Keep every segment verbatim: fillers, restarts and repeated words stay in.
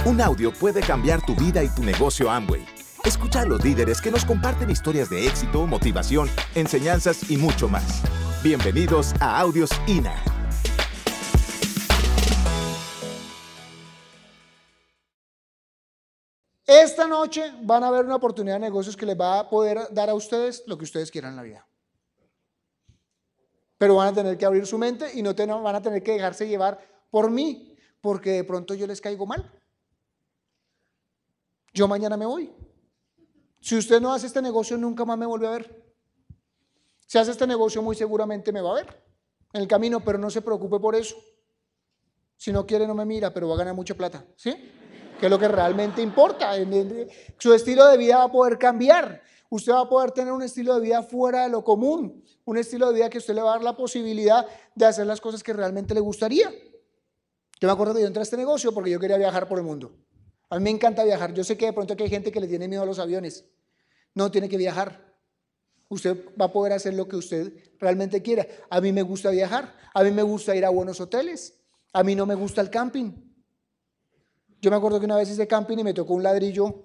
Un audio puede cambiar tu vida y tu negocio Amway. Escucha a los líderes que nos comparten historias de éxito, motivación, enseñanzas y mucho más. Bienvenidos a Audios I N A. Esta noche van a ver una oportunidad de negocios que les va a poder dar a ustedes lo que ustedes quieran en la vida. Pero van a tener que abrir su mente y no van a tener que dejarse llevar por mí, porque de pronto yo les caigo mal. Yo mañana me voy. Si usted no hace este negocio, nunca más me vuelve a ver. Si hace este negocio, muy seguramente me va a ver en el camino, pero no se preocupe por eso. Si no quiere, no me mira, pero va a ganar mucha plata, ¿sí? Que es lo que realmente importa. Su estilo de vida va a poder cambiar. Usted va a poder tener un estilo de vida fuera de lo común, un estilo de vida que usted le va a dar la posibilidad de hacer las cosas que realmente le gustaría. Yo me acuerdo que yo entré a este negocio porque yo quería viajar por el mundo. A mí me encanta viajar. Yo sé que de pronto aquí hay gente que le tiene miedo a los aviones. No, tiene que viajar. Usted va a poder hacer lo que usted realmente quiera. A mí me gusta viajar. A mí me gusta ir a buenos hoteles. A mí no me gusta el camping. Yo me acuerdo que una vez hice camping y me tocó un ladrillo.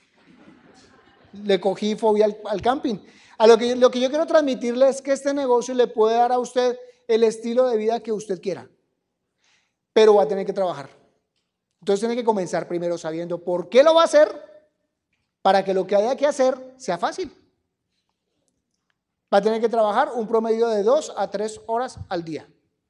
Le cogí fobia al, al camping. A lo que, lo que yo quiero transmitirle es que este negocio le puede dar a usted el estilo de vida que usted quiera. Pero va a tener que trabajar. Entonces tiene que comenzar primero sabiendo por qué lo va a hacer para que lo que haya que hacer sea fácil. Va a tener que trabajar un promedio de dos a tres horas al día.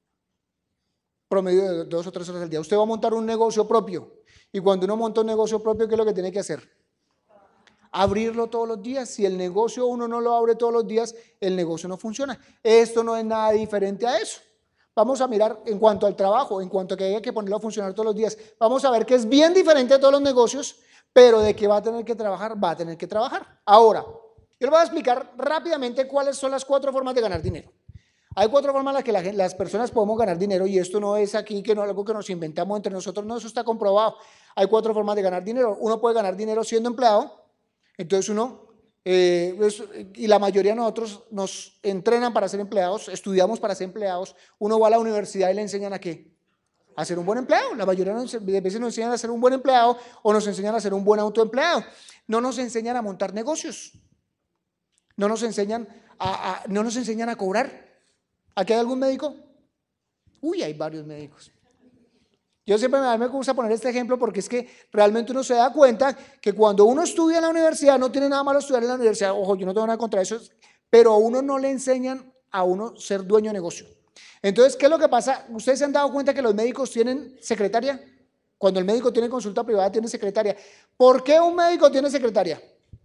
Promedio de dos o tres horas al día. Usted va a montar un negocio propio. Y cuando uno monta un negocio propio, ¿qué es lo que tiene que hacer? Abrirlo todos los días. Si el negocio uno no lo abre todos los días, el negocio no funciona. Esto no es nada diferente a eso. Vamos a mirar en cuanto al trabajo, en cuanto a que haya que ponerlo a funcionar todos los días. Vamos a ver que es bien diferente a todos los negocios, pero de que va a tener que trabajar, va a tener que trabajar. Ahora, yo les voy a explicar rápidamente cuáles son las cuatro formas de ganar dinero. Hay cuatro formas en las que la, las personas podemos ganar dinero y esto no es aquí que no es algo que nos inventamos entre nosotros, no, eso está comprobado. Hay cuatro formas de ganar dinero. Uno puede ganar dinero siendo empleado, entonces uno... Eh, es, y la mayoría de nosotros nos entrenan para ser empleados, estudiamos para ser empleados, uno va a la universidad y le enseñan a qué, a ser un buen empleado. La mayoría de veces nos enseñan a ser un buen empleado o nos enseñan a ser un buen autoempleado, no nos enseñan a montar negocios, no nos enseñan a, a, no nos enseñan a cobrar. ¿Aquí hay algún médico? Uy, hay varios médicos. Yo siempre me gusta poner este ejemplo porque es que realmente uno se da cuenta que cuando uno estudia en la universidad, no tiene nada malo estudiar en la universidad, ojo, yo no tengo nada contra eso, pero a uno no le enseñan a uno ser dueño de negocio. Entonces, ¿qué es lo que pasa? ¿Ustedes se han dado cuenta que los médicos tienen secretaria? Cuando el médico tiene consulta privada, tiene secretaria. ¿Por qué un médico tiene secretaria?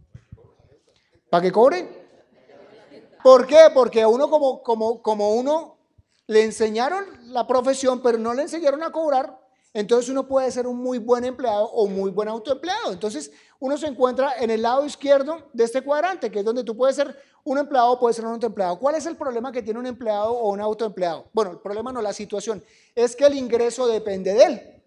¿Para que cobre? ¿Por qué? Porque a uno como, como, como uno le enseñaron la profesión, pero no le enseñaron a cobrar. Entonces uno puede ser un muy buen empleado o muy buen autoempleado. Entonces uno se encuentra en el lado izquierdo de este cuadrante, que es donde tú puedes ser un empleado o puedes ser un autoempleado. ¿Cuál es el problema que tiene un empleado o un autoempleado? Bueno, el problema no, la situación, es que el ingreso depende de él.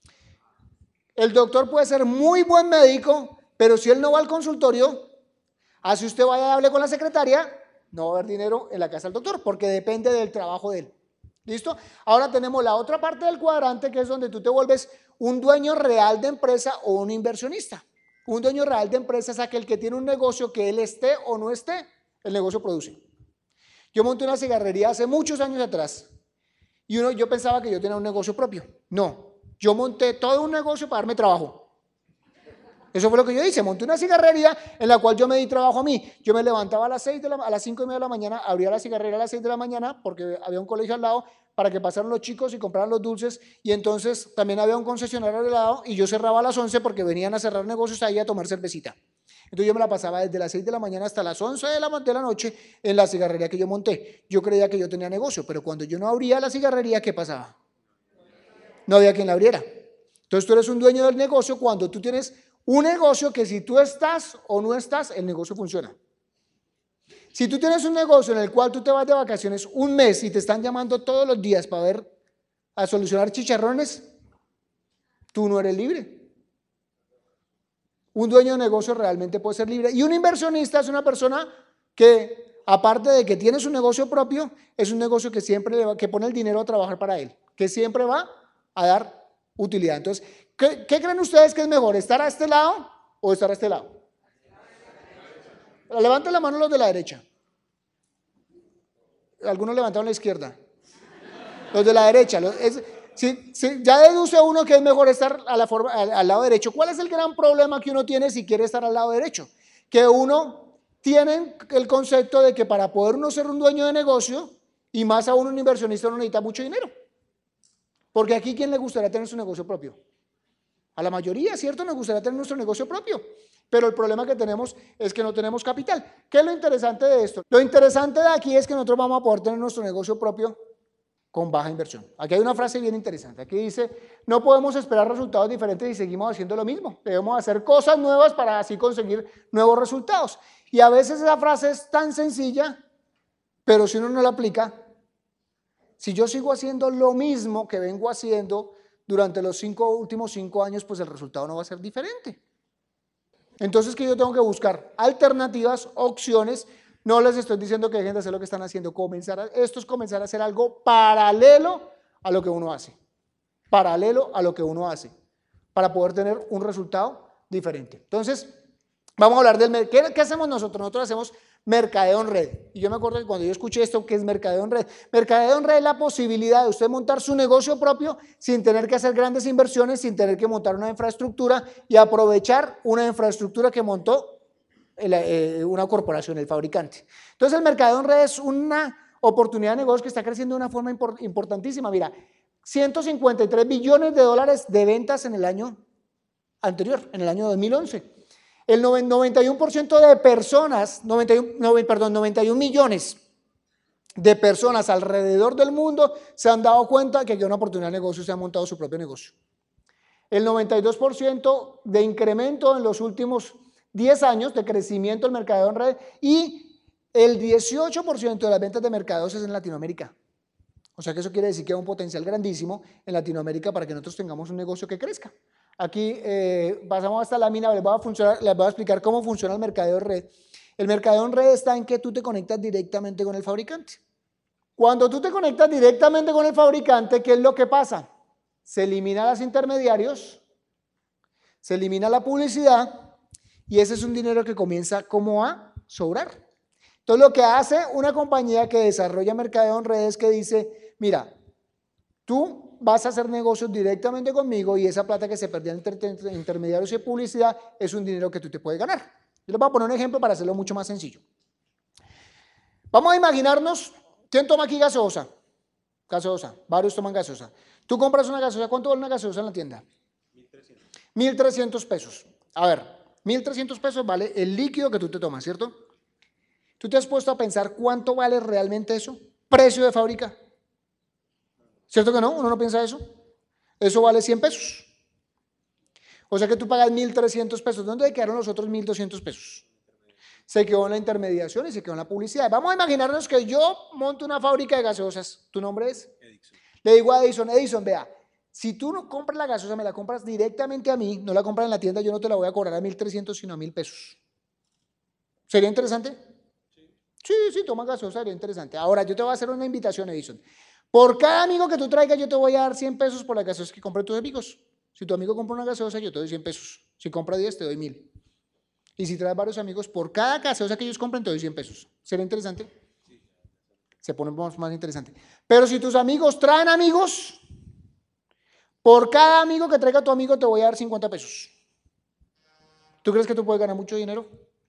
El doctor puede ser muy buen médico, pero si él no va al consultorio, así usted vaya y hable con la secretaria, no va a haber dinero en la casa del doctor, porque depende del trabajo de él. ¿Listo? Ahora tenemos la otra parte del cuadrante, que es donde tú te vuelves un dueño real de empresa o un inversionista. Un dueño real de empresa es aquel que tiene un negocio que él esté o no esté, el negocio produce. Yo monté una cigarrería hace muchos años atrás y uno, yo pensaba que yo tenía un negocio propio. No, yo monté todo un negocio para darme trabajo. Eso fue lo que yo hice, monté una cigarrería en la cual yo me di trabajo a mí. Yo me levantaba a las seis de la, a las cinco y media de la mañana, abría la cigarrería a las seis de la mañana porque había un colegio al lado para que pasaran los chicos y compraran los dulces, y entonces también había un concesionario al lado y yo cerraba a las once porque venían a cerrar negocios ahí a tomar cervecita. Entonces yo me la pasaba desde las seis de la mañana hasta las once de la, de la noche en la cigarrería que yo monté. Yo creía que yo tenía negocio, pero cuando yo no abría la cigarrería, ¿qué pasaba? No había quien la abriera. Entonces tú eres un dueño del negocio cuando tú tienes un negocio que si tú estás o no estás, el negocio funciona. Si tú tienes un negocio en el cual tú te vas de vacaciones un mes y te están llamando todos los días para ver a solucionar chicharrones, tú no eres libre. Un dueño de negocio realmente puede ser libre. Y un inversionista es una persona que, aparte de que tiene su negocio propio, es un negocio que siempre le va, que pone el dinero a trabajar para él, que siempre va a dar utilidad. Entonces, ¿Qué, ¿Qué creen ustedes que es mejor? ¿Estar a este lado o estar a este lado? Levanten la mano los de la derecha. Algunos levantaron la izquierda. Los de la derecha. Los, es, si, si, ya deduce uno que es mejor estar a la forma, al, al lado derecho. ¿Cuál es el gran problema que uno tiene si quiere estar al lado derecho? Que uno tiene el concepto de que para poder uno ser un dueño de negocio, y más aún un inversionista, uno necesita mucho dinero. Porque aquí, ¿quién le gustaría tener su negocio propio? A la mayoría, ¿cierto? Nos gustaría tener nuestro negocio propio. Pero el problema que tenemos es que no tenemos capital. ¿Qué es lo interesante de esto? Lo interesante de aquí es que nosotros vamos a poder tener nuestro negocio propio con baja inversión. Aquí hay una frase bien interesante. Aquí dice, no podemos esperar resultados diferentes si seguimos haciendo lo mismo. Debemos hacer cosas nuevas para así conseguir nuevos resultados. Y a veces esa frase es tan sencilla, pero si uno no la aplica, si yo sigo haciendo lo mismo que vengo haciendo durante los cinco, últimos cinco años, pues el resultado no va a ser diferente. Entonces, ¿qué yo tengo que buscar? Alternativas, opciones. No les estoy diciendo que dejen de hacer lo que están haciendo. Comenzar a, esto es comenzar a hacer algo paralelo a lo que uno hace. Paralelo a lo que uno hace. Para poder tener un resultado diferente. Entonces, vamos a hablar del... ¿Qué, qué hacemos nosotros? Nosotros hacemos mercadeo en red. Y yo me acuerdo que cuando yo escuché esto, ¿qué es mercadeo en red? Mercadeo en red es la posibilidad de usted montar su negocio propio sin tener que hacer grandes inversiones, sin tener que montar una infraestructura y aprovechar una infraestructura que montó una corporación, el fabricante. Entonces el mercadeo en red es una oportunidad de negocio que está creciendo de una forma importantísima. Mira, ciento cincuenta y tres billones de dólares de ventas en el año anterior, en el año dos mil once. El noventa y uno por ciento de personas, noventa y uno, perdón, noventa y uno millones de personas alrededor del mundo se han dado cuenta que hay una oportunidad de negocio y se han montado su propio negocio. El noventa y dos por ciento de incremento en los últimos diez años de crecimiento del mercadeo en red y el dieciocho por ciento de las ventas de mercadeos es en Latinoamérica. O sea que eso quiere decir que hay un potencial grandísimo en Latinoamérica para que nosotros tengamos un negocio que crezca. Aquí eh, pasamos hasta la lámina, les voy, a funcionar, les voy a explicar cómo funciona el mercadeo en red. El mercadeo en red está en que tú te conectas directamente con el fabricante. Cuando tú te conectas directamente con el fabricante, ¿qué es lo que pasa? Se eliminan los intermediarios, se elimina la publicidad y ese es un dinero que comienza como a sobrar. Entonces lo que hace una compañía que desarrolla mercadeo en redes es que dice, mira, tú vas a hacer negocios directamente conmigo y esa plata que se perdía en intermediarios y publicidad es un dinero que tú te puedes ganar. Yo les voy a poner un ejemplo para hacerlo mucho más sencillo. Vamos a imaginarnos, ¿quién toma aquí gaseosa? Gaseosa, varios toman gaseosa. Tú compras una gaseosa, ¿cuánto vale una gaseosa en la tienda? mil trescientos pesos. A ver, mil trescientos pesos vale el líquido que tú te tomas, ¿cierto? ¿Tú te has puesto a pensar cuánto vale realmente eso? Precio de fábrica. ¿Cierto que no? Uno no piensa eso. Eso vale cien pesos. O sea que tú pagas mil trescientos pesos. ¿Dónde quedaron los otros mil doscientos pesos? Se quedó en la intermediación y se quedó en la publicidad. Vamos a imaginarnos que yo monto una fábrica de gaseosas. ¿Tu nombre es? Edison. Le digo a Edison, Edison, vea, si tú no compras la gaseosa, me la compras directamente a mí, no la compras en la tienda, yo no te la voy a cobrar a mil trescientos, sino a mil pesos. ¿Sería interesante? Sí. Sí, sí, toma gaseosa, sería interesante. Ahora, yo te voy a hacer una invitación, Edison. Por cada amigo que tú traigas, yo te voy a dar cien pesos por la gaseosa que compre tus amigos. Si tu amigo compra una gaseosa, yo te doy cien pesos. Si compra diez, te doy mil. Y si traes varios amigos, por cada gaseosa que ellos compren, te doy cien pesos. ¿Sería interesante? Sí. Se pone más, más interesante. Pero si tus amigos traen amigos, por cada amigo que traiga tu amigo, te voy a dar cincuenta pesos. ¿Tú crees que tú puedes ganar mucho dinero?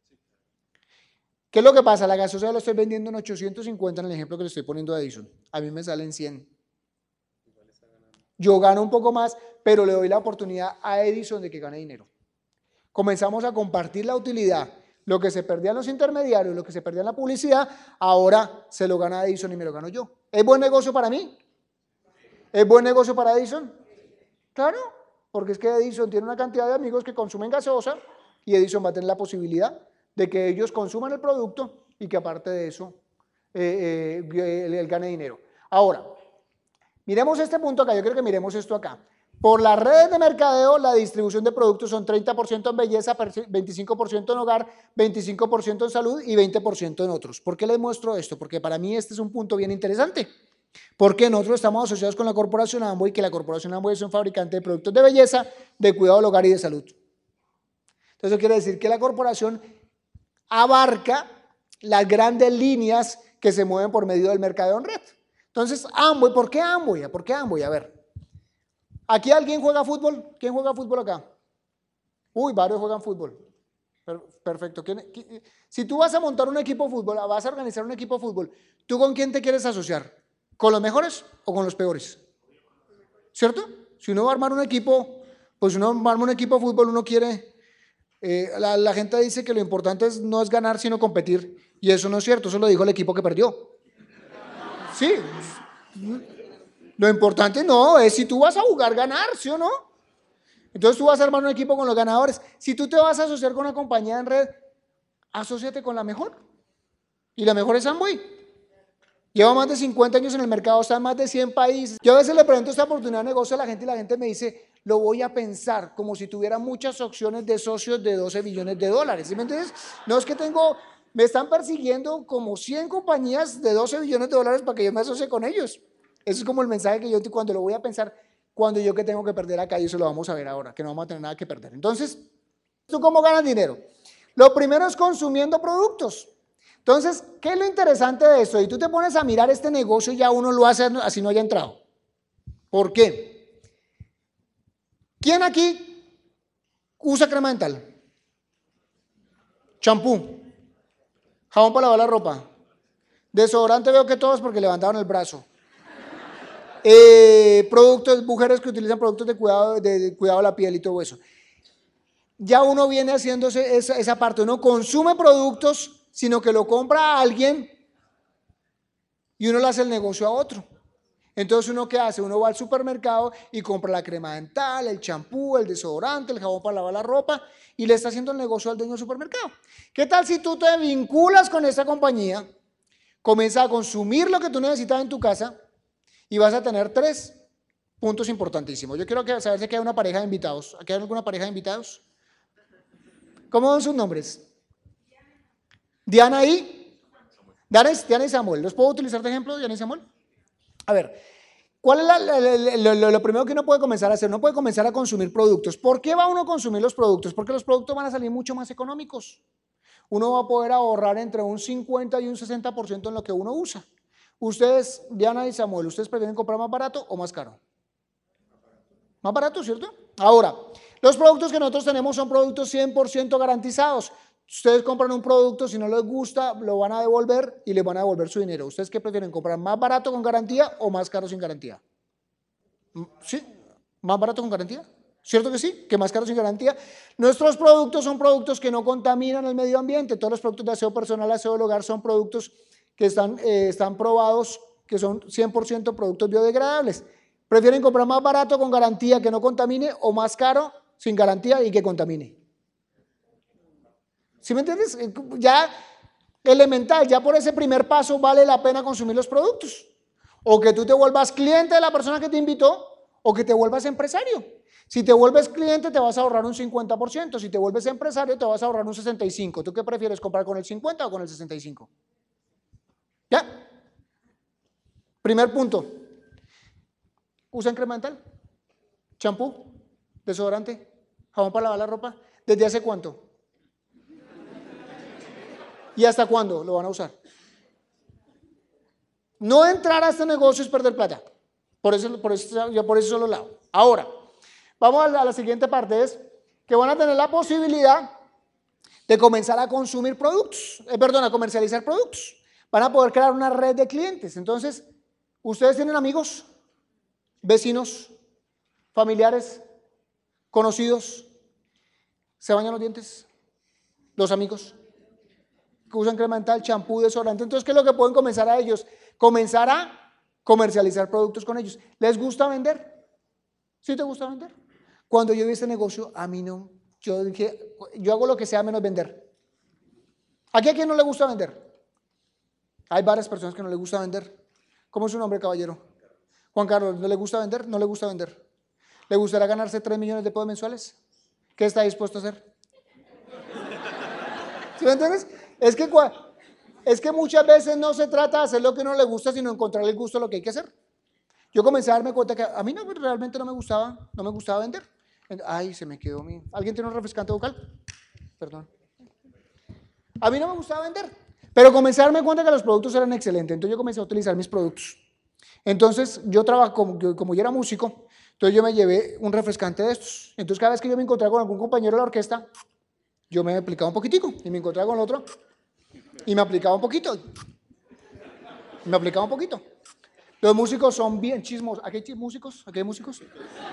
¿Qué es lo que pasa? La gaseosa la estoy vendiendo en ochocientos cincuenta en el ejemplo que le estoy poniendo a Edison. A mí me salen cien. Yo gano un poco más, pero le doy la oportunidad a Edison de que gane dinero. Comenzamos a compartir la utilidad. Lo que se perdía en los intermediarios, lo que se perdía en la publicidad, ahora se lo gana Edison y me lo gano yo. ¿Es buen negocio para mí? ¿Es buen negocio para Edison? Claro, porque es que Edison tiene una cantidad de amigos que consumen gaseosa y Edison va a tener la posibilidad de que ellos consuman el producto y que aparte de eso eh, eh, él, él gane dinero. Ahora, miremos este punto acá, yo creo que miremos esto acá. Por las redes de mercadeo, la distribución de productos son treinta por ciento en belleza, veinticinco por ciento en hogar, veinticinco por ciento en salud y veinte por ciento en otros. ¿Por qué les muestro esto? Porque para mí este es un punto bien interesante. Porque nosotros estamos asociados con la corporación Amway, que la corporación Amway es un fabricante de productos de belleza, de cuidado del hogar y de salud. Entonces eso quiere decir que la corporación abarca las grandes líneas que se mueven por medio del mercadeo en red. Entonces, Amway, ¿por qué Amway? ¿Por qué Amway? A ver, ¿aquí alguien juega fútbol? ¿Quién juega fútbol acá? Uy, varios juegan fútbol. Perfecto. Si tú vas a montar un equipo de fútbol, vas a organizar un equipo de fútbol, ¿tú con quién te quieres asociar? ¿Con los mejores o con los peores? ¿Cierto? Si uno va a armar un equipo, pues uno va a armar un equipo de fútbol, uno quiere, eh, la, la gente dice que lo importante es, no es ganar, sino competir, y eso no es cierto, eso lo dijo el equipo que perdió. Sí, lo importante no, es si tú vas a jugar, ganar, ¿sí o no? Entonces tú vas a armar un equipo con los ganadores. Si tú te vas a asociar con una compañía en red, asóciate con la mejor, y la mejor es Amway. Lleva más de cincuenta años en el mercado, está en más de cien países. Yo a veces le presento esta oportunidad de negocio a la gente y la gente me dice, lo voy a pensar como si tuviera muchas opciones de socios de doce billones de dólares. ¿Sí me entiendes? No es que tengo, me están persiguiendo como cien compañías de doce billones de dólares para que yo me asocie con ellos. Eso es como el mensaje que yo cuando lo voy a pensar, cuando yo que tengo que perder acá, y eso lo vamos a ver ahora, que no vamos a tener nada que perder. Entonces, ¿tú cómo ganas dinero? Lo primero es consumiendo productos. Entonces, ¿qué es lo interesante de esto? Y tú te pones a mirar este negocio y ya uno lo hace así no haya entrado. ¿Por qué? ¿Quién aquí usa crema dental? Champú, jabón para lavar la ropa, desodorante veo que todos porque levantaron el brazo. Eh, productos, mujeres que utilizan productos de cuidado, de, de cuidado de la piel y todo eso. Ya uno viene haciendo esa, esa parte, uno consume productos, sino que lo compra a alguien y uno le hace el negocio a otro. Entonces uno ¿qué hace? Uno va al supermercado y compra la crema dental, el champú, el desodorante, el jabón para lavar la ropa y le está haciendo el negocio al dueño del supermercado. ¿Qué tal si tú te vinculas con esa compañía, comienzas a consumir lo que tú necesitas en tu casa y vas a tener tres puntos importantísimos? Yo quiero saber si aquí hay una pareja de invitados. ¿Aquí hay alguna pareja de invitados? ¿Cómo son sus nombres? Diana y Diana, Diana y Samuel. ¿Los puedo utilizar de ejemplo, Diana y Samuel? A ver, ¿cuál es la, la, la, lo, lo primero que uno puede comenzar a hacer? Uno puede comenzar a consumir productos. ¿Por qué va uno a consumir los productos? Porque los productos van a salir mucho más económicos. Uno va a poder ahorrar entre un cincuenta y un sesenta por ciento en lo que uno usa. Ustedes, Diana y Samuel, ¿ustedes prefieren comprar más barato o más caro? Más barato, ¿cierto? Ahora, los productos que nosotros tenemos son productos cien por ciento garantizados. Ustedes compran un producto, si no les gusta, lo van a devolver y les van a devolver su dinero. ¿Ustedes qué prefieren? ¿Comprar más barato con garantía o más caro sin garantía? ¿Sí? ¿Más barato con garantía? ¿Cierto que sí? ¿Que más caro sin garantía? Nuestros productos son productos que no contaminan el medio ambiente. Todos los productos de aseo personal, aseo del hogar son productos que están, eh, están probados, que son cien por ciento productos biodegradables. ¿Prefieren comprar más barato con garantía que no contamine o más caro sin garantía y que contamine? ¿Sí me entiendes? Ya elemental, ya por ese primer paso vale la pena consumir los productos. O que tú te vuelvas cliente de la persona que te invitó o que te vuelvas empresario. Si te vuelves cliente te vas a ahorrar un cincuenta por ciento, si te vuelves empresario te vas a ahorrar un sesenta y cinco por ciento. ¿Tú qué prefieres, comprar con el cincuenta o con el sesenta y cinco por ciento? ¿Ya? Primer punto. ¿Usan crema dental? ¿Champú? ¿Desodorante? ¿Jabón para lavar la ropa? ¿Desde hace cuánto? ¿Y hasta cuándo lo van a usar? No entrar a este negocio es perder plata. Por eso, por eso, yo por eso solo lo hago. Ahora, vamos a la, a la siguiente parte, es que van a tener la posibilidad de comenzar a consumir productos, eh, perdón, a comercializar productos. Van a poder crear una red de clientes. Entonces, ¿ustedes tienen amigos, vecinos, familiares, conocidos? ¿Se bañan los dientes? ¿Los amigos? Que usan crema dental, champú, desodorante. Entonces, ¿qué es lo que pueden comenzar a ellos? Comenzar a comercializar productos con ellos. ¿Les gusta vender? ¿Sí te gusta vender? Cuando yo vi este negocio, a mí no, yo dije, yo hago lo que sea menos vender. ¿Aquí a quién no le gusta vender? Hay varias personas que no les gusta vender. ¿Cómo es su nombre, caballero? Juan Carlos, ¿no le gusta vender? No le gusta vender. ¿Le gustaría ganarse tres millones de pesos mensuales? ¿Qué está dispuesto a hacer? ¿Sí me entiendes? Es que Es que muchas veces no se trata de hacer lo que no le gusta, sino encontrar el gusto a lo que hay que hacer. Yo comencé a darme cuenta que a mí no, realmente no me gustaba, no me gustaba vender. Ay, se me quedó mi... ¿Alguien tiene un refrescante vocal? Perdón. A mí no me gustaba vender, pero comencé a darme cuenta que los productos eran excelentes. Entonces yo comencé a utilizar mis productos. Entonces yo trabajo, como, como yo era músico, entonces yo me llevé un refrescante de estos. Entonces cada vez que yo me encontraba con algún compañero de la orquesta, yo me aplicaba un poquitico y me encontraba con el otro y me aplicaba un poquito. Y me aplicaba un poquito. Los músicos son bien chismosos. ¿Aquí hay músicos? ¿Aquí hay músicos?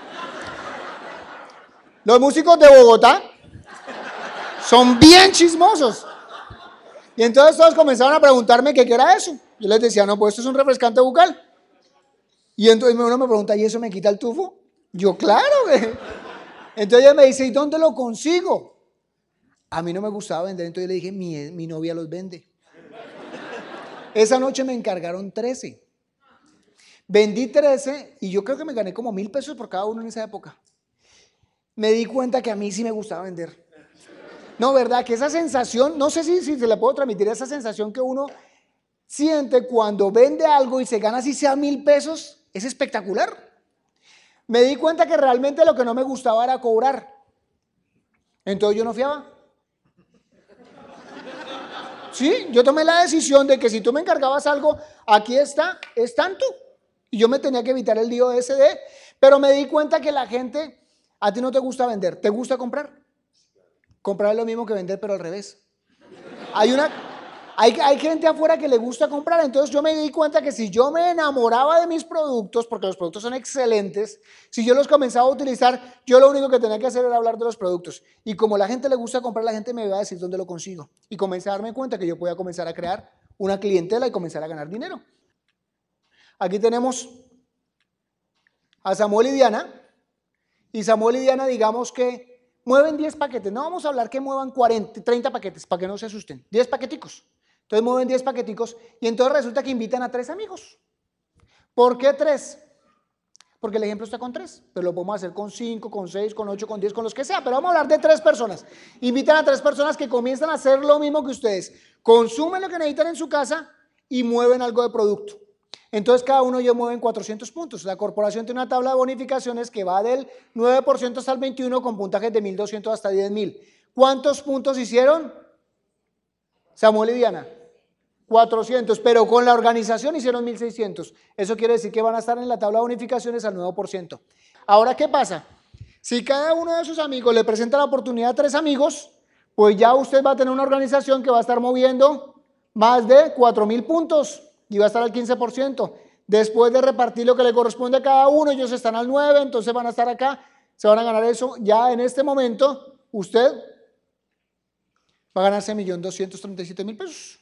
Los músicos de Bogotá son bien chismosos. Y entonces todos comenzaron a preguntarme qué era eso. Yo les decía, no, pues esto es un refrescante bucal. Y entonces uno me pregunta, ¿y eso me quita el tufo? Yo, claro. Entonces ella me dice, ¿y dónde lo consigo? A mí no me gustaba vender, entonces yo le dije, mi, mi novia los vende. Esa noche me encargaron trece. Vendí trece y yo creo que me gané como mil pesos por cada uno en esa época. Me di cuenta que a mí sí me gustaba vender. No, ¿verdad? Que esa sensación, no sé si, si se la puedo transmitir, esa sensación que uno siente cuando vende algo y se gana así sea mil pesos, es espectacular. Me di cuenta que realmente lo que no me gustaba era cobrar. Entonces yo no fiaba. Sí, yo tomé la decisión de que si tú me encargabas algo, aquí está, es tanto. Y yo me tenía que evitar el lío de ese de, pero me di cuenta que la gente, a ti no te gusta vender, ¿te gusta comprar? Comprar es lo mismo que vender, pero al revés. Hay una, hay, hay gente afuera que le gusta comprar, entonces yo me di cuenta que si yo me enamoraba de mis productos, porque los productos son excelentes, si yo los comenzaba a utilizar, yo lo único que tenía que hacer era hablar de los productos. Y como a la gente le gusta comprar, la gente me iba a decir dónde lo consigo. Y comencé a darme cuenta que yo podía comenzar a crear una clientela y comenzar a ganar dinero. Aquí tenemos a Samuel y Diana, y Samuel y Diana digamos que mueven diez paquetes, no vamos a hablar que muevan cuarenta, treinta paquetes, para que no se asusten, diez paqueticos, entonces mueven diez paqueticos y entonces resulta que invitan a tres amigos. ¿Por qué tres? Porque el ejemplo está con tres, pero lo podemos hacer con cinco, con seis, con ocho, con diez, con los que sea, pero vamos a hablar de tres personas. Invitan a tres personas que comienzan a hacer lo mismo que ustedes, consumen lo que necesitan en su casa y mueven algo de producto. Entonces cada uno de ellos mueven cuatrocientos puntos. La corporación tiene una tabla de bonificaciones que va del nueve por ciento hasta el veintiuno por ciento con puntajes de mil doscientos hasta diez mil. ¿Cuántos puntos hicieron? Samuel y Diana. cuatrocientos, pero con la organización hicieron mil seiscientos. Eso quiere decir que van a estar en la tabla de bonificaciones al nueve por ciento. Ahora, ¿qué pasa? Si cada uno de sus amigos le presenta la oportunidad a tres amigos, pues ya usted va a tener una organización que va a estar moviendo más de cuatro mil puntos. Y va a estar al quince por ciento. Después de repartir lo que le corresponde a cada uno, ellos están al nueve por ciento, entonces van a estar acá, se van a ganar eso. Ya en este momento, usted va a ganarse un millón doscientos treinta y siete mil pesos.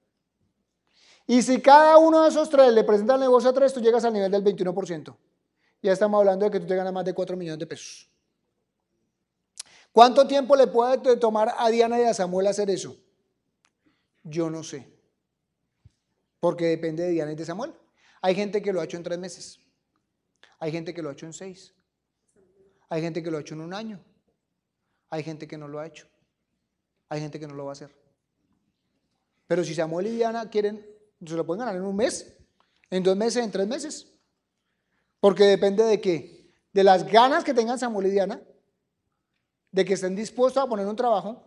Y si cada uno de esos tres le presenta el negocio a tres, tú llegas al nivel del veintiuno por ciento. Ya estamos hablando de que tú te ganas más de cuatro millones de pesos. ¿Cuánto tiempo le puede tomar a Diana y a Samuel hacer eso? Yo no sé. Porque depende de Diana y de Samuel. Hay gente que lo ha hecho en tres meses. Hay gente que lo ha hecho en seis. Hay gente que lo ha hecho en un año. Hay gente que no lo ha hecho. Hay gente que no lo va a hacer. Pero si Samuel y Diana quieren, se lo pueden ganar en un mes, en dos meses, en tres meses. Porque depende de qué. De las ganas que tengan Samuel y Diana, de que estén dispuestos a poner un trabajo,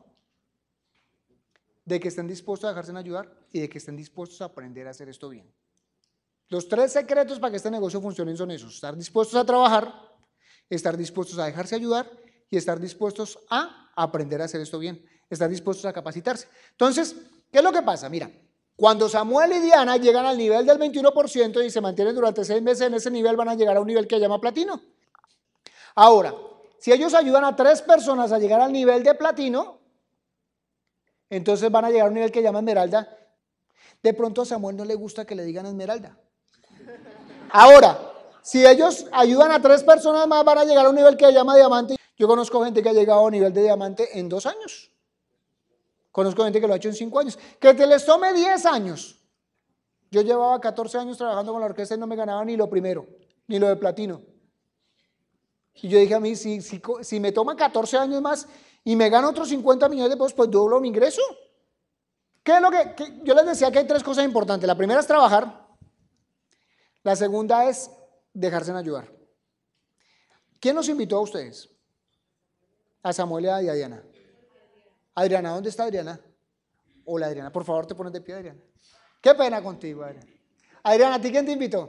de que estén dispuestos a dejarse ayudar y de que estén dispuestos a aprender a hacer esto bien. Los tres secretos para que este negocio funcione son esos: estar dispuestos a trabajar, estar dispuestos a dejarse ayudar y estar dispuestos a aprender a hacer esto bien, estar dispuestos a capacitarse. Entonces, ¿qué es lo que pasa? Mira, cuando Samuel y Diana llegan al nivel del veintiuno por ciento y se mantienen durante seis meses en ese nivel, van a llegar a un nivel que se llama platino. Ahora, si ellos ayudan a tres personas a llegar al nivel de platino, entonces van a llegar a un nivel que llama esmeralda. De pronto a Samuel no le gusta que le digan esmeralda. Ahora, si ellos ayudan a tres personas más, van a llegar a un nivel que se llama diamante. Yo conozco gente que ha llegado a un nivel de diamante en dos años. Conozco gente que lo ha hecho en cinco años. Que te les tome diez años. Yo llevaba catorce años trabajando con la orquesta y no me ganaba ni lo primero, ni lo de platino. Y yo dije a mí, si, si, si me toma catorce años más y me gano otros cincuenta millones de pesos, pues doblo mi ingreso. ¿Qué es lo que, que yo les decía que hay tres cosas importantes? La primera es trabajar, la segunda es dejarse en ayudar. ¿Quién los invitó a ustedes? A Samuel y a Diana. Adriana, ¿dónde está Adriana? Hola Adriana, por favor te pones de pie, Adriana. Qué pena contigo, Adriana. Adriana, ¿a ti quién te invitó?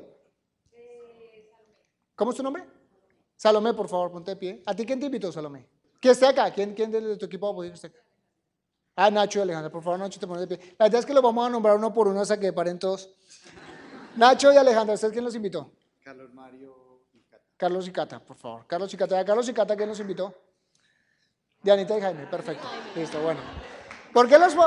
¿Cómo es tu nombre? Salomé, por favor, ponte de pie. ¿A ti quién te invitó, Salomé? ¿Quién está acá? ¿Quién, quién de tu equipo apoyo está acá? Ah, Nacho y Alejandra, por favor, Nacho, te pones de pie. La idea es que los vamos a nombrar uno por uno hasta que paren todos. Nacho y Alejandra, ¿ustedes quién los invitó? Carlos Mario y Cata. Carlos y Cata, por favor. Carlos y Cata. ¿A Carlos y Cata quién los invitó? Dianita y Jaime, perfecto. Listo, bueno. ¿Por qué los...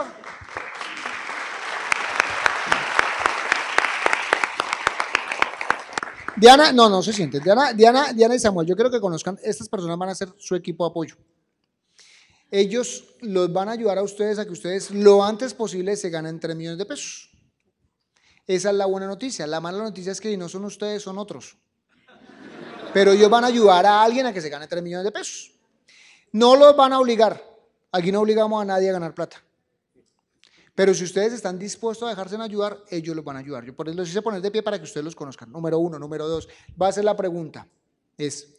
Diana, no, no se siente. Diana, Diana, Diana y Samuel, yo quiero que conozcan, estas personas van a ser su equipo de apoyo. Ellos los van a ayudar a ustedes a que ustedes lo antes posible se ganen tres millones de pesos. Esa es la buena noticia. La mala noticia es que no son ustedes, son otros. Pero ellos van a ayudar a alguien a que se gane tres millones de pesos. No los van a obligar. Aquí no obligamos a nadie a ganar plata. Pero si ustedes están dispuestos a dejarse en ayudar, ellos los van a ayudar. Yo por eso los hice poner de pie para que ustedes los conozcan. Número uno. Número dos. Va a ser la pregunta. Es,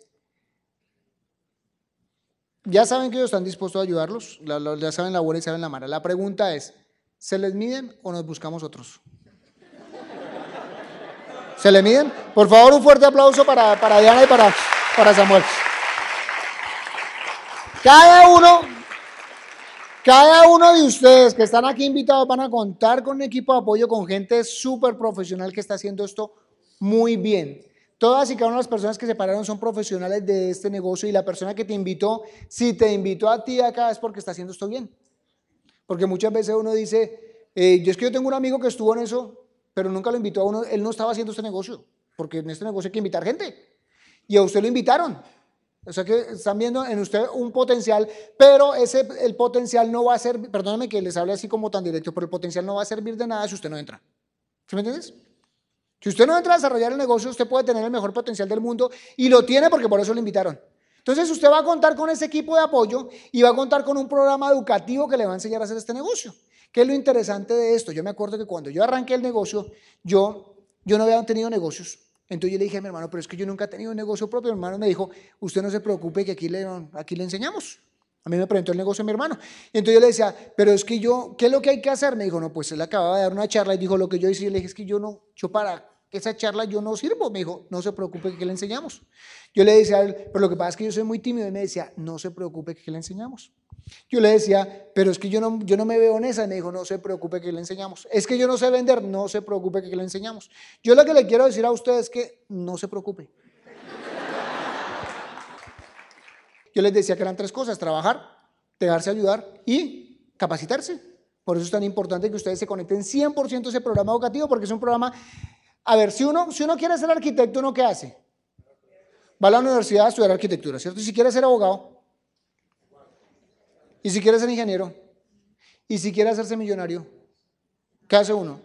ya saben que ellos están dispuestos a ayudarlos. La, la, ya saben la buena y saben la mala. La pregunta es, ¿se les miden o nos buscamos otros? ¿Se le miden? Por favor, un fuerte aplauso para, para Diana y para, para Samuel. Cada uno, cada uno de ustedes que están aquí invitados van a contar con un equipo de apoyo, con gente súper profesional que está haciendo esto muy bien. Todas y cada una de las personas que se pararon son profesionales de este negocio y la persona que te invitó, si te invitó a ti acá es porque está haciendo esto bien. Porque muchas veces uno dice, eh, yo es que yo tengo un amigo que estuvo en eso, pero nunca lo invitó a uno, él no estaba haciendo este negocio, porque en este negocio hay que invitar gente. Y a usted lo invitaron. O sea que están viendo en usted un potencial, pero ese, el potencial no va a ser, perdóname que les hable así como tan directo, pero el potencial no va a servir de nada si usted no entra. ¿Sí me entiendes? Si usted no entra a desarrollar el negocio, usted puede tener el mejor potencial del mundo y lo tiene porque por eso lo invitaron. Entonces usted va a contar con ese equipo de apoyo y va a contar con un programa educativo que le va a enseñar a hacer este negocio. ¿Qué es lo interesante de esto? Yo me acuerdo que cuando yo arranqué el negocio, yo, yo no había tenido negocios. Entonces yo le dije a mi hermano, pero es que yo nunca he tenido un negocio propio. Mi hermano me dijo, usted no se preocupe que aquí le, aquí le enseñamos. A mí me presentó el negocio a mi hermano. Y entonces yo le decía, pero es que yo, ¿qué es lo que hay que hacer? Me dijo, no, pues él acababa de dar una charla y dijo lo que yo hice. Y yo le dije, es que yo no, yo para esa charla yo no sirvo. Me dijo, no se preocupe que le enseñamos. Yo le decía a él, pero lo que pasa es que yo soy muy tímido. Y me decía, no se preocupe que le enseñamos. Yo le decía, pero es que yo no, yo no me veo en esa. Y me dijo, no se preocupe que le enseñamos. Es que yo no sé vender, no se preocupe que le enseñamos. Yo lo que le quiero decir a ustedes es que no se preocupe. Yo les decía que eran tres cosas: trabajar, dejarse ayudar y capacitarse. Por eso es tan importante que ustedes se conecten cien por ciento a ese programa educativo, porque es un programa, a ver, si uno, si uno quiere ser arquitecto, ¿uno qué hace? Va a la universidad a estudiar arquitectura, ¿cierto? Y si quiere ser abogado, y si quiere ser ingeniero, y si quiere hacerse millonario, ¿qué hace uno?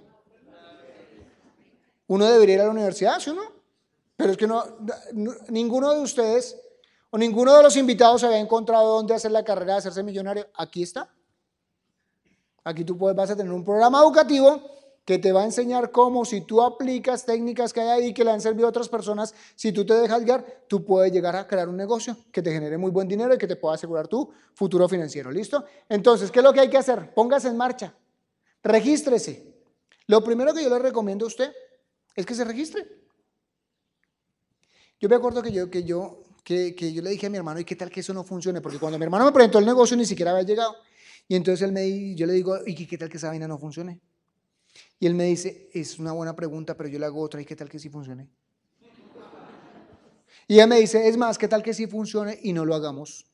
Uno debería ir a la universidad, ¿sí o no? Pero es que no, no, ninguno de ustedes o ninguno de los invitados se había encontrado dónde hacer la carrera de hacerse millonario. Aquí está. Aquí tú puedes, vas a tener un programa educativo que te va a enseñar cómo, si tú aplicas técnicas que hay ahí que le han servido a otras personas, si tú te dejas guiar, tú puedes llegar a crear un negocio que te genere muy buen dinero y que te pueda asegurar tu futuro financiero. ¿Listo? Entonces, ¿qué es lo que hay que hacer? Póngase en marcha. Regístrese. Lo primero que yo le recomiendo a usted es que se registre. Yo me acuerdo que yo, que yo, que, que yo le dije a mi hermano, ¿y qué tal que eso no funcione? Porque cuando mi hermano me presentó el negocio ni siquiera había llegado. Y entonces él me, yo le digo, ¿y qué tal que esa vaina no funcione? Y él me dice, es una buena pregunta, pero yo le hago otra, ¿y qué tal que sí funcione? Y ella me dice, es más, ¿qué tal que sí funcione y no lo hagamos?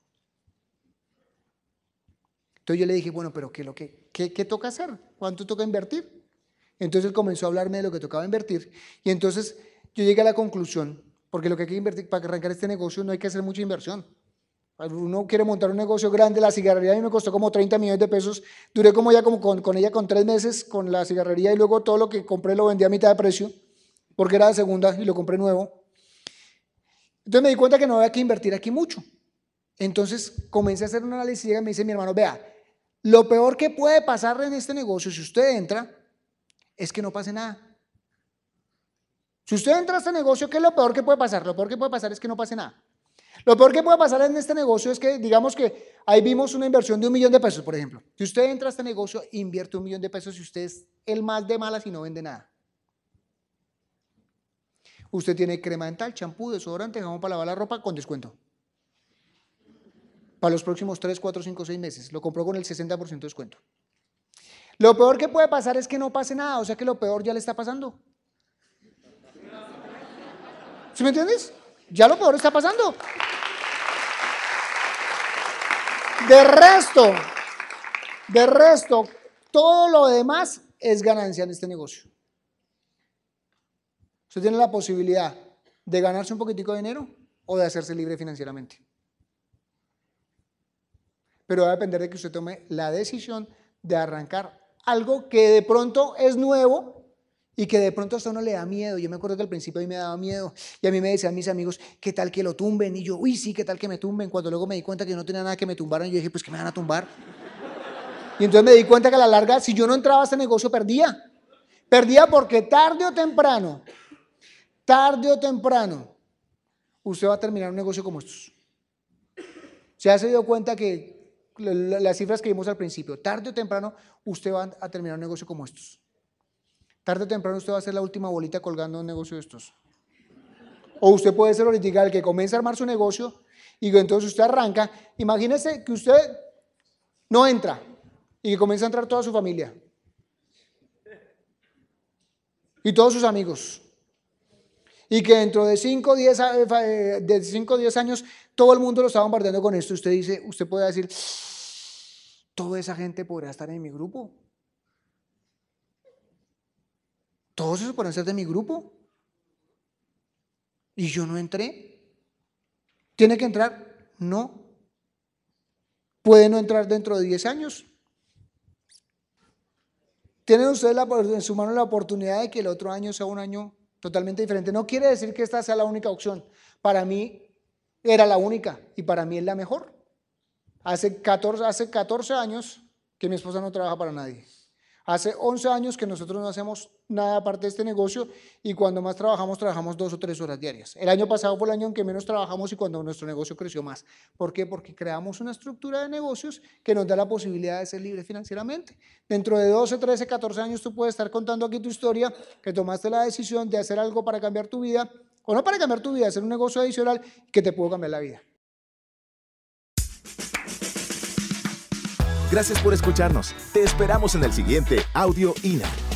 Entonces yo le dije, bueno, pero ¿qué, lo que, qué, qué toca hacer? ¿Cuánto toca invertir? Entonces él comenzó a hablarme de lo que tocaba invertir. Y entonces yo llegué a la conclusión, porque lo que hay que invertir, para arrancar este negocio no hay que hacer mucha inversión. Uno quiere montar un negocio grande, la cigarrería a mí me costó como treinta millones de pesos, duré como ya como con, con ella con tres meses con la cigarrería y luego todo lo que compré lo vendí a mitad de precio, porque era de segunda y lo compré nuevo. Entonces me di cuenta que no había que invertir aquí mucho. Entonces comencé a hacer un análisis y me dice mi hermano, vea, Lo peor que puede pasar en este negocio, si usted entra, es que no pase nada. Si usted entra a este negocio, ¿qué es lo peor que puede pasar? Lo peor que puede pasar es que no pase nada. Lo peor que puede pasar en este negocio es que, digamos que ahí vimos una inversión de un millón de pesos, por ejemplo. Si usted entra a este negocio, invierte un millón de pesos y usted es el más de malas y no vende nada. Usted tiene crema dental, champú, desodorante, jabón para lavar la ropa con descuento. Para los próximos tres, cuatro, cinco, seis meses. Lo compró con el sesenta por ciento de descuento. Lo peor que puede pasar es que no pase nada, o sea que lo peor ya le está pasando. ¿Sí me entiendes? Ya lo peor está pasando. De resto, de resto, todo lo demás es ganancia en este negocio. Usted tiene la posibilidad de ganarse un poquitico de dinero o de hacerse libre financieramente. Pero va a depender de que usted tome la decisión de arrancar algo que de pronto es nuevo y que de pronto hasta uno le da miedo. Yo me acuerdo que al principio a mí me daba miedo y a mí me decían mis amigos, ¿qué tal que lo tumben? Y yo, uy, sí, ¿qué tal que me tumben? Cuando luego me di cuenta que no tenía nada que me tumbaran, yo dije, pues ¿qué me van a tumbar? Y entonces me di cuenta que a la larga, si yo no entraba a este negocio, perdía. Perdía porque tarde o temprano, tarde o temprano, usted va a terminar un negocio como estos. ¿Se ha dio cuenta que las cifras que vimos al principio, tarde o temprano usted va a terminar un negocio como estos? Tarde o temprano usted va a ser la última bolita colgando un negocio de estos. O usted puede ser ahorita el que comienza a armar su negocio y que entonces usted arranca. Imagínese que usted no entra y que comienza a entrar toda su familia y todos sus amigos. Y que dentro de cinco o diez años todo el mundo lo está bombardeando con esto. Usted dice, usted puede decir, toda esa gente podrá estar en mi grupo. Todos esos pueden ser de mi grupo. Y yo no entré. ¿Tiene que entrar? No. ¿Puede no entrar dentro de diez años? ¿Tienen ustedes la, en su mano la oportunidad de que el otro año sea un año totalmente diferente? No quiere decir que esta sea la única opción. Para mí era la única y para mí es la mejor. Hace catorce, hace catorce años que mi esposa no trabaja para nadie. Hace once años que nosotros no hacemos nada aparte de este negocio y cuando más trabajamos, trabajamos dos o tres horas diarias. El año pasado fue el año en que menos trabajamos y cuando nuestro negocio creció más. ¿Por qué? Porque creamos una estructura de negocios que nos da la posibilidad de ser libres financieramente. Dentro de doce, trece, catorce años tú puedes estar contando aquí tu historia, que tomaste la decisión de hacer algo para cambiar tu vida, o no para cambiar tu vida, hacer un negocio adicional que te pudo cambiar la vida. Gracias por escucharnos. Te esperamos en el siguiente Audio I N A.